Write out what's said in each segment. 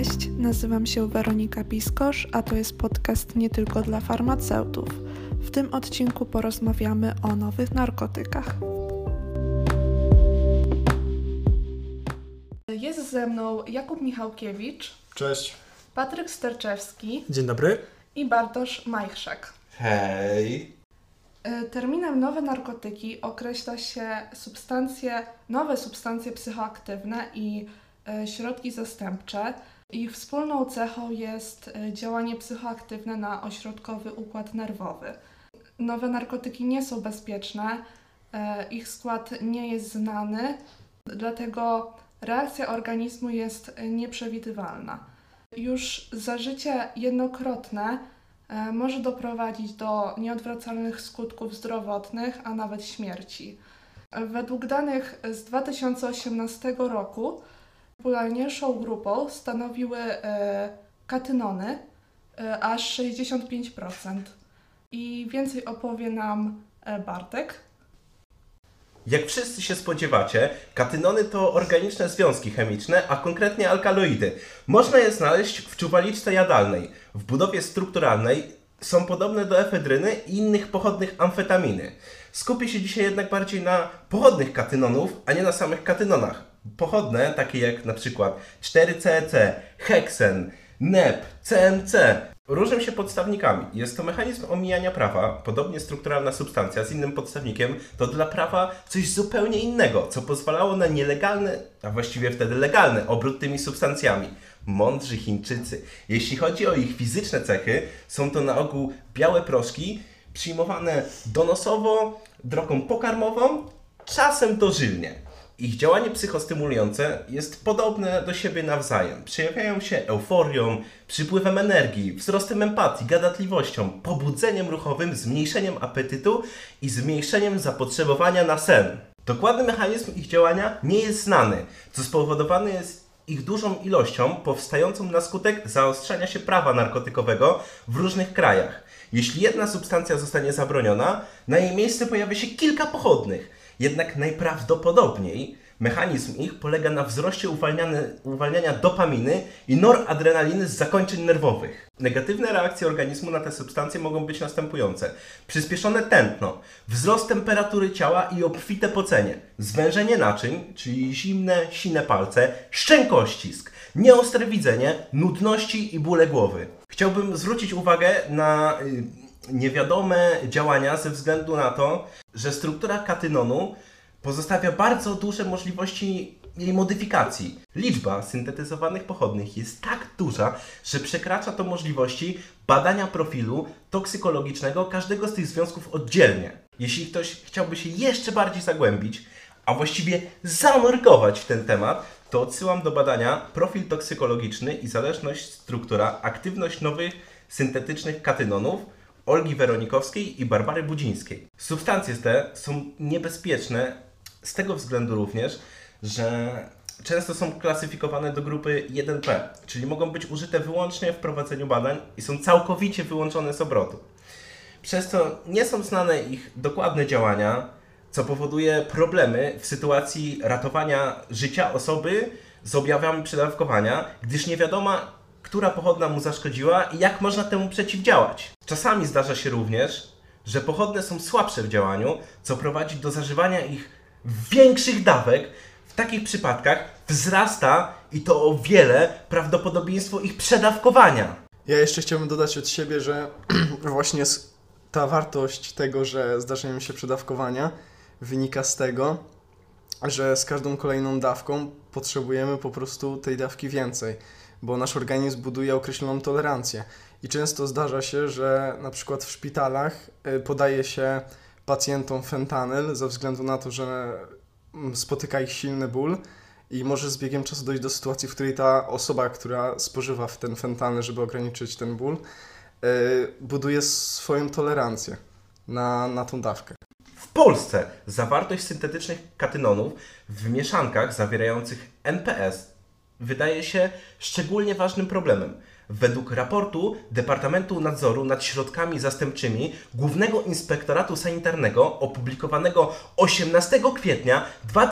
Cześć, nazywam się Weronika Piskosz, a to jest podcast nie tylko dla farmaceutów. W tym odcinku porozmawiamy o nowych narkotykach. Jest ze mną Jakub Michałkiewicz. Cześć. Patryk Sterczewski. Dzień dobry. I Bartosz Majchrzak. Hej. Terminem nowe narkotyki określa się nowe substancje psychoaktywne i środki zastępcze. Ich wspólną cechą jest działanie psychoaktywne na ośrodkowy układ nerwowy. Nowe narkotyki nie są bezpieczne, ich skład nie jest znany, dlatego reakcja organizmu jest nieprzewidywalna. Już zażycie jednokrotne może doprowadzić do nieodwracalnych skutków zdrowotnych, a nawet śmierci. Według danych z 2018 roku popularniejszą grupą stanowiły katynony, aż 65%. I więcej opowie nam Bartek. Jak wszyscy się spodziewacie, katynony to organiczne związki chemiczne, a konkretnie alkaloidy. Można je znaleźć w czuwaliczce jadalnej. W budowie strukturalnej są podobne do efedryny i innych pochodnych amfetaminy. Skupię się dzisiaj jednak bardziej na pochodnych katynonów, a nie na samych katynonach. Pochodne, takie jak na przykład 4-CEC, heksen, NEP, CMC, różnią się podstawnikami. Jest to mechanizm omijania prawa, podobnie strukturalna substancja z innym podstawnikiem to dla prawa coś zupełnie innego, co pozwalało na nielegalny, a właściwie wtedy legalny obrót tymi substancjami. Mądrzy Chińczycy. Jeśli chodzi o ich fizyczne cechy, są to na ogół białe proszki przyjmowane donosowo, drogą pokarmową, czasem dożylnie. Ich działanie psychostymulujące jest podobne do siebie nawzajem. Przejawiają się euforią, przypływem energii, wzrostem empatii, gadatliwością, pobudzeniem ruchowym, zmniejszeniem apetytu i zmniejszeniem zapotrzebowania na sen. Dokładny mechanizm ich działania nie jest znany, co spowodowane jest ich dużą ilością powstającą na skutek zaostrzania się prawa narkotykowego w różnych krajach. Jeśli jedna substancja zostanie zabroniona, na jej miejsce pojawia się kilka pochodnych. Jednak najprawdopodobniej mechanizm ich polega na wzroście uwalniania dopaminy i noradrenaliny z zakończeń nerwowych. Negatywne reakcje organizmu na te substancje mogą być następujące. Przyspieszone tętno, wzrost temperatury ciała i obfite pocenie, zwężenie naczyń, czyli zimne, sine palce, szczękościsk, nieostre widzenie, nudności i bóle głowy. Chciałbym zwrócić uwagę na niewiadome działania ze względu na to, że struktura katynonu pozostawia bardzo duże możliwości jej modyfikacji. Liczba syntetyzowanych pochodnych jest tak duża, że przekracza to możliwości badania profilu toksykologicznego każdego z tych związków oddzielnie. Jeśli ktoś chciałby się jeszcze bardziej zagłębić, a właściwie zanurkować w ten temat, to odsyłam do badania profil toksykologiczny i zależność struktura, aktywność nowych syntetycznych katynonów Olgi Weronikowskiej i Barbary Budzińskiej. Substancje te są niebezpieczne z tego względu również, że często są klasyfikowane do grupy 1P, czyli mogą być użyte wyłącznie w prowadzeniu badań i są całkowicie wyłączone z obrotu. Przez to nie są znane ich dokładne działania, co powoduje problemy w sytuacji ratowania życia osoby z objawami przedawkowania, gdyż nie wiadomo, która pochodna mu zaszkodziła i jak można temu przeciwdziałać. Czasami zdarza się również, że pochodne są słabsze w działaniu, co prowadzi do zażywania ich większych dawek. W takich przypadkach wzrasta i to o wiele prawdopodobieństwo ich przedawkowania. Ja jeszcze chciałbym dodać od siebie, że właśnie ta wartość tego, że zdarzają się przedawkowania, wynika z tego, że z każdą kolejną dawką potrzebujemy po prostu tej dawki więcej, bo nasz organizm buduje określoną tolerancję. I często zdarza się, że na przykład w szpitalach podaje się pacjentom fentanyl ze względu na to, że spotyka ich silny ból i może z biegiem czasu dojść do sytuacji, w której ta osoba, która spożywa ten fentanyl, żeby ograniczyć ten ból, buduje swoją tolerancję na tą dawkę. W Polsce zawartość syntetycznych katynonów w mieszankach zawierających NPS wydaje się szczególnie ważnym problemem. Według raportu Departamentu Nadzoru nad Środkami Zastępczymi Głównego Inspektoratu Sanitarnego opublikowanego 18 kwietnia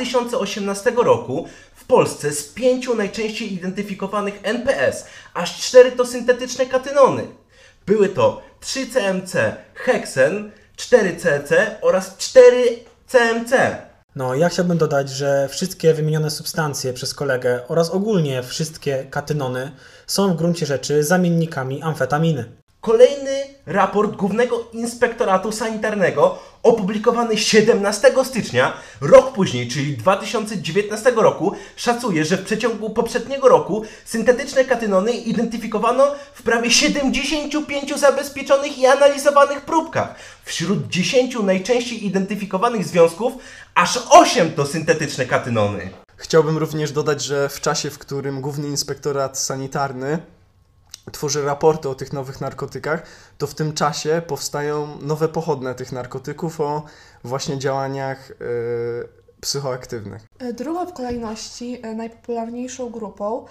2018 roku w Polsce z 5 najczęściej identyfikowanych NPS aż 4 to syntetyczne katynony. Były to 3-CMC heksen, 4-CC oraz 4-CMC. No, ja chciałbym dodać, że wszystkie wymienione substancje przez kolegę oraz ogólnie wszystkie katynony są w gruncie rzeczy zamiennikami amfetaminy. Kolejny raport Głównego Inspektoratu Sanitarnego opublikowany 17 stycznia, rok później, czyli 2019 roku, szacuje, że w przeciągu poprzedniego roku syntetyczne katynony identyfikowano w prawie 75 zabezpieczonych i analizowanych próbkach. Wśród 10 najczęściej identyfikowanych związków aż 8 to syntetyczne katynony. Chciałbym również dodać, że w czasie, w którym Główny Inspektorat Sanitarny tworzy raporty o tych nowych narkotykach, to w tym czasie powstają nowe pochodne tych narkotyków o właśnie działaniach psychoaktywnych. Drugą w kolejności najpopularniejszą grupą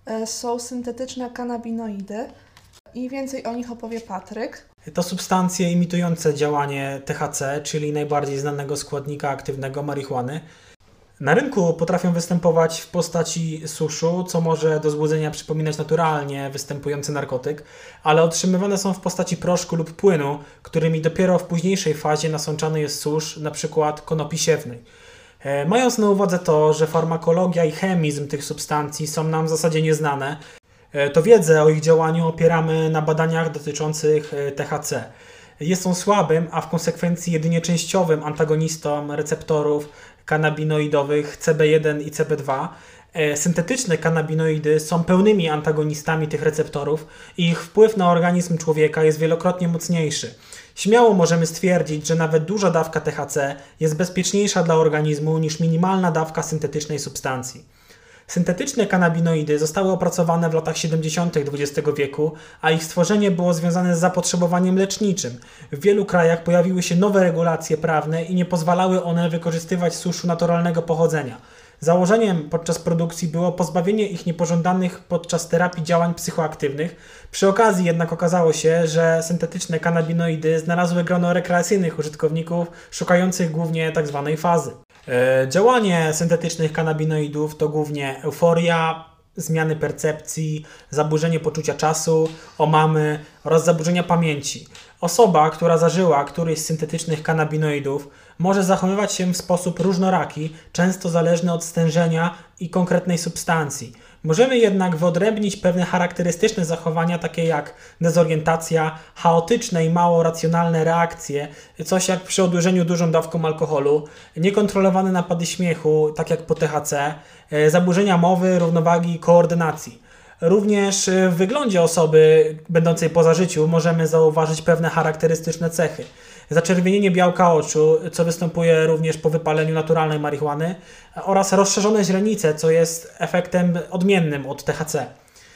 są syntetyczne kanabinoidy i więcej o nich opowie Patryk. To substancje imitujące działanie THC, czyli najbardziej znanego składnika aktywnego marihuany. Na rynku potrafią występować w postaci suszu, co może do złudzenia przypominać naturalnie występujący narkotyk, ale otrzymywane są w postaci proszku lub płynu, którymi dopiero w późniejszej fazie nasączany jest susz, np. konopi siewnej. Mając na uwadze to, że farmakologia i chemizm tych substancji są nam w zasadzie nieznane, to wiedzę o ich działaniu opieramy na badaniach dotyczących THC. Jest on słabym, a w konsekwencji jedynie częściowym antagonistą receptorów kanabinoidowych CB1 i CB2. Syntetyczne kanabinoidy są pełnymi antagonistami tych receptorów i ich wpływ na organizm człowieka jest wielokrotnie mocniejszy. Śmiało możemy stwierdzić, że nawet duża dawka THC jest bezpieczniejsza dla organizmu niż minimalna dawka syntetycznej substancji. Syntetyczne kanabinoidy zostały opracowane w latach 70. XX wieku, a ich stworzenie było związane z zapotrzebowaniem leczniczym. W wielu krajach pojawiły się nowe regulacje prawne i nie pozwalały one wykorzystywać suszu naturalnego pochodzenia. Założeniem podczas produkcji było pozbawienie ich niepożądanych podczas terapii działań psychoaktywnych. Przy okazji jednak okazało się, że syntetyczne kanabinoidy znalazły grono rekreacyjnych użytkowników szukających głównie tzw. fazy. Działanie syntetycznych kanabinoidów to głównie euforia, zmiany percepcji, zaburzenie poczucia czasu, omamy oraz zaburzenia pamięci. Osoba, która zażyła któryś z syntetycznych kanabinoidów, może zachowywać się w sposób różnoraki, często zależny od stężenia i konkretnej substancji. Możemy jednak wyodrębnić pewne charakterystyczne zachowania, takie jak dezorientacja, chaotyczne i mało racjonalne reakcje, coś jak przy odurzeniu dużą dawką alkoholu, niekontrolowane napady śmiechu, tak jak po THC, zaburzenia mowy, równowagi i koordynacji. Również w wyglądzie osoby będącej po zażyciu możemy zauważyć pewne charakterystyczne cechy. Zaczerwienienie białka oczu, co występuje również po wypaleniu naturalnej marihuany, oraz rozszerzone źrenice, co jest efektem odmiennym od THC.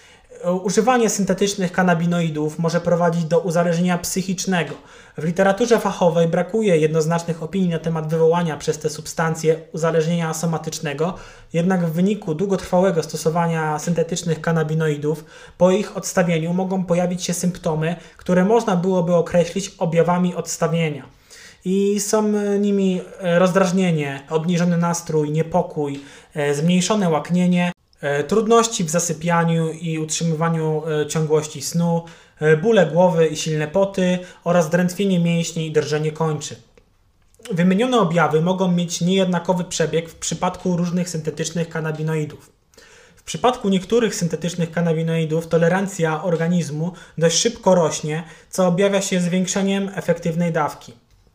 Używanie syntetycznych kanabinoidów może prowadzić do uzależnienia psychicznego. W literaturze fachowej brakuje jednoznacznych opinii na temat wywołania przez te substancje uzależnienia somatycznego, jednak w wyniku długotrwałego stosowania syntetycznych kanabinoidów po ich odstawieniu mogą pojawić się symptomy, które można byłoby określić objawami odstawienia. I są nimi rozdrażnienie, obniżony nastrój, niepokój, zmniejszone łaknienie, trudności w zasypianiu i utrzymywaniu ciągłości snu, bóle głowy i silne poty oraz drętwienie mięśni i drżenie kończy. Wymienione objawy mogą mieć niejednakowy przebieg w przypadku różnych syntetycznych kanabinoidów. W przypadku niektórych syntetycznych kanabinoidów tolerancja organizmu dość szybko rośnie, co objawia się zwiększeniem efektywnej dawki.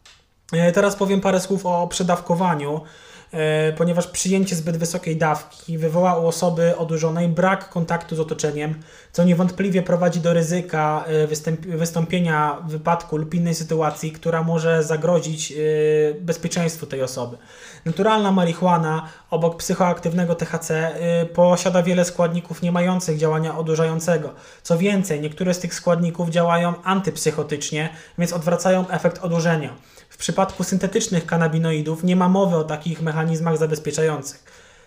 Teraz powiem parę słów o przedawkowaniu, ponieważ przyjęcie zbyt wysokiej dawki wywoła u osoby odurzonej brak kontaktu z otoczeniem, co niewątpliwie prowadzi do ryzyka wystąpienia wypadku lub innej sytuacji, która może zagrozić bezpieczeństwu tej osoby. Naturalna marihuana obok psychoaktywnego THC posiada wiele składników nie mających działania odurzającego. Co więcej, niektóre z tych składników działają antypsychotycznie, więc odwracają efekt odurzenia. W przypadku syntetycznych kanabinoidów nie ma mowy o takich mechanizmach zabezpieczających.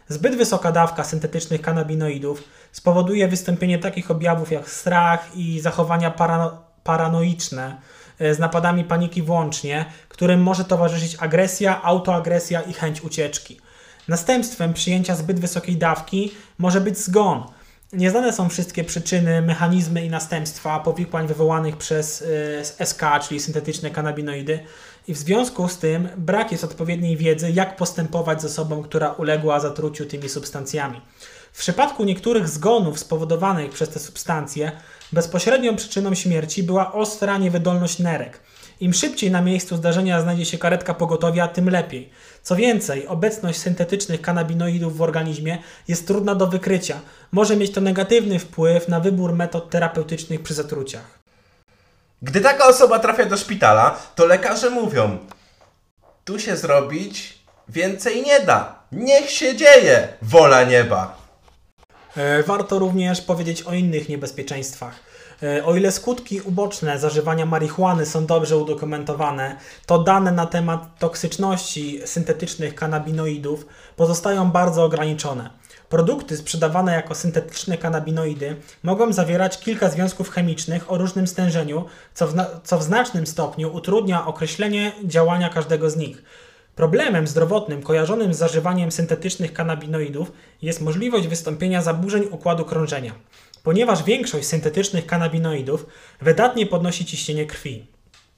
Zbyt wysoka dawka syntetycznych kanabinoidów spowoduje wystąpienie takich objawów jak strach i zachowania paranoiczne z napadami paniki włącznie, którym może towarzyszyć agresja, autoagresja i chęć ucieczki. Następstwem przyjęcia zbyt wysokiej dawki może być zgon. Nieznane są wszystkie przyczyny, mechanizmy i następstwa powikłań wywołanych przez SK, czyli syntetyczne kanabinoidy, i w związku z tym brak jest odpowiedniej wiedzy, jak postępować z osobą, która uległa zatruciu tymi substancjami. W przypadku niektórych zgonów spowodowanych przez te substancje bezpośrednią przyczyną śmierci była ostra niewydolność nerek. Im szybciej na miejscu zdarzenia znajdzie się karetka pogotowia, tym lepiej. Co więcej, obecność syntetycznych kanabinoidów w organizmie jest trudna do wykrycia. Może mieć to negatywny wpływ na wybór metod terapeutycznych przy zatruciach. Gdy taka osoba trafia do szpitala, to lekarze mówią: tu się zrobić więcej nie da. Niech się dzieje, wola nieba. Warto również powiedzieć o innych niebezpieczeństwach. O ile skutki uboczne zażywania marihuany są dobrze udokumentowane, to dane na temat toksyczności syntetycznych kanabinoidów pozostają bardzo ograniczone. Produkty sprzedawane jako syntetyczne kanabinoidy mogą zawierać kilka związków chemicznych o różnym stężeniu, co w znacznym stopniu utrudnia określenie działania każdego z nich. Problemem zdrowotnym kojarzonym z zażywaniem syntetycznych kanabinoidów jest możliwość wystąpienia zaburzeń układu krążenia, ponieważ większość syntetycznych kanabinoidów wydatnie podnosi ciśnienie krwi.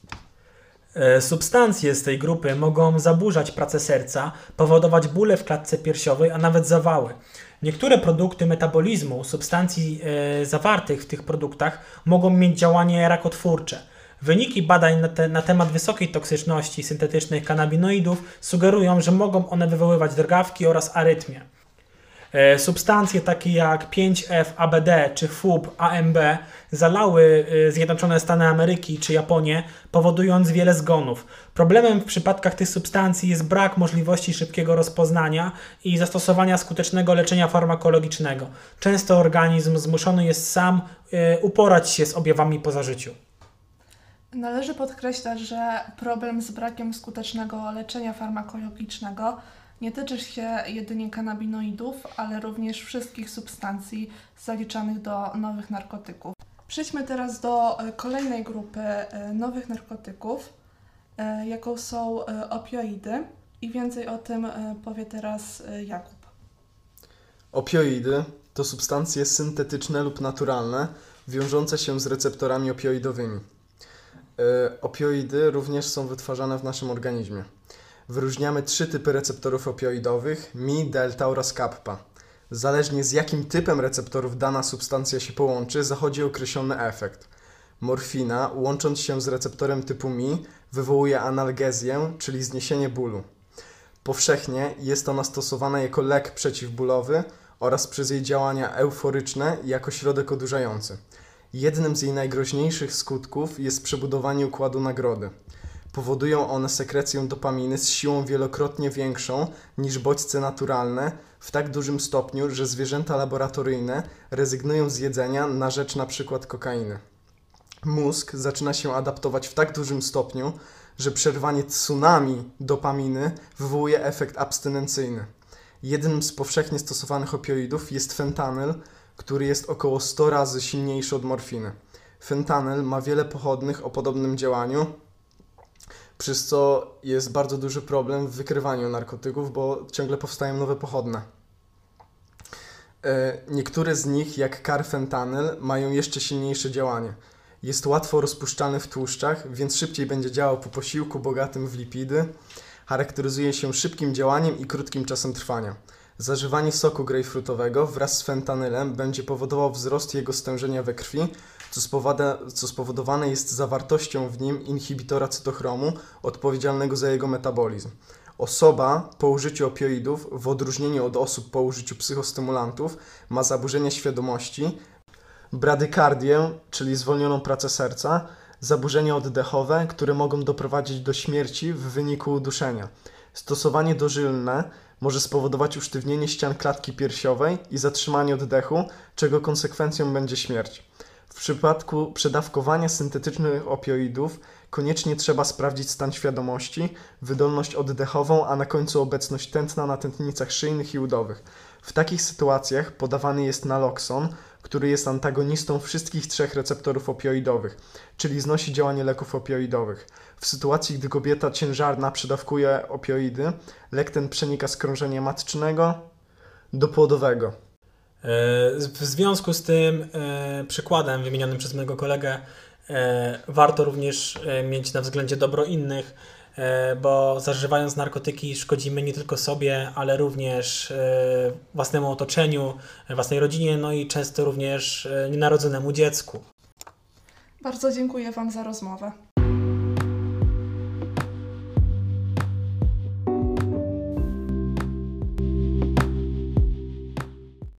Substancje z tej grupy mogą zaburzać pracę serca, powodować bóle w klatce piersiowej, a nawet zawały. Niektóre produkty metabolizmu substancji zawartych w tych produktach mogą mieć działanie rakotwórcze. Wyniki badań na temat wysokiej toksyczności syntetycznych kanabinoidów sugerują, że mogą one wywoływać drgawki oraz arytmię. Substancje takie jak 5-FABD czy FUB-AMB zalały Zjednoczone Stany Ameryki czy Japonię, powodując wiele zgonów. Problemem w przypadkach tych substancji jest brak możliwości szybkiego rozpoznania i zastosowania skutecznego leczenia farmakologicznego. Często organizm zmuszony jest sam uporać się z objawami po zażyciu. Należy podkreślać, że problem z brakiem skutecznego leczenia farmakologicznego nie tyczy się jedynie kanabinoidów, ale również wszystkich substancji zaliczanych do nowych narkotyków. Przejdźmy teraz do kolejnej grupy nowych narkotyków, jaką są opioidy, i więcej o tym powie teraz Jakub. Opioidy to substancje syntetyczne lub naturalne, wiążące się z receptorami opioidowymi. Opioidy również są wytwarzane w naszym organizmie. Wyróżniamy 3 typy receptorów opioidowych: Mi, delta oraz kappa. Zależnie z jakim typem receptorów dana substancja się połączy, zachodzi określony efekt. Morfina, łącząc się z receptorem typu Mi, wywołuje analgezję, czyli zniesienie bólu. Powszechnie jest ona stosowana jako lek przeciwbólowy oraz przez jej działania euforyczne jako środek odurzający. Jednym z jej najgroźniejszych skutków jest przebudowanie układu nagrody. Powodują one sekrecję dopaminy z siłą wielokrotnie większą niż bodźce naturalne, w tak dużym stopniu, że zwierzęta laboratoryjne rezygnują z jedzenia na rzecz np. kokainy. Mózg zaczyna się adaptować w tak dużym stopniu, że przerwanie tsunami dopaminy wywołuje efekt abstynencyjny. Jednym z powszechnie stosowanych opioidów jest fentanyl, który jest około 100 razy silniejszy od morfiny. Fentanyl ma wiele pochodnych o podobnym działaniu, przez co jest bardzo duży problem w wykrywaniu narkotyków, bo ciągle powstają nowe pochodne. Niektóre z nich, jak carfentanyl, mają jeszcze silniejsze działanie. Jest łatwo rozpuszczalny w tłuszczach, więc szybciej będzie działał po posiłku bogatym w lipidy. Charakteryzuje się szybkim działaniem i krótkim czasem trwania. Zażywanie soku grejpfrutowego wraz z fentanylem będzie powodował wzrost jego stężenia we krwi, co spowodowane jest zawartością w nim inhibitora cytochromu odpowiedzialnego za jego metabolizm. Osoba po użyciu opioidów, w odróżnieniu od osób po użyciu psychostymulantów, ma zaburzenia świadomości, bradykardię, czyli zwolnioną pracę serca, zaburzenia oddechowe, które mogą doprowadzić do śmierci w wyniku uduszenia. Stosowanie dożylne może spowodować usztywnienie ścian klatki piersiowej i zatrzymanie oddechu, czego konsekwencją będzie śmierć. W przypadku przedawkowania syntetycznych opioidów Koniecznie trzeba sprawdzić stan świadomości, wydolność oddechową, a na końcu obecność tętna na tętnicach szyjnych i udowych. W takich sytuacjach podawany jest naloxon, który jest antagonistą wszystkich 3 receptorów opioidowych, czyli znosi działanie leków opioidowych. W sytuacji, gdy kobieta ciężarna przedawkuje opioidy, lek ten przenika z krążenia matcznego do płodowego. W związku z tym przykładem wymienionym przez mojego kolegę warto również mieć na względzie dobro innych, bo zażywając narkotyki szkodzimy nie tylko sobie, ale również własnemu otoczeniu, własnej rodzinie, no i często również nienarodzonemu dziecku. Bardzo dziękuję Wam za rozmowę.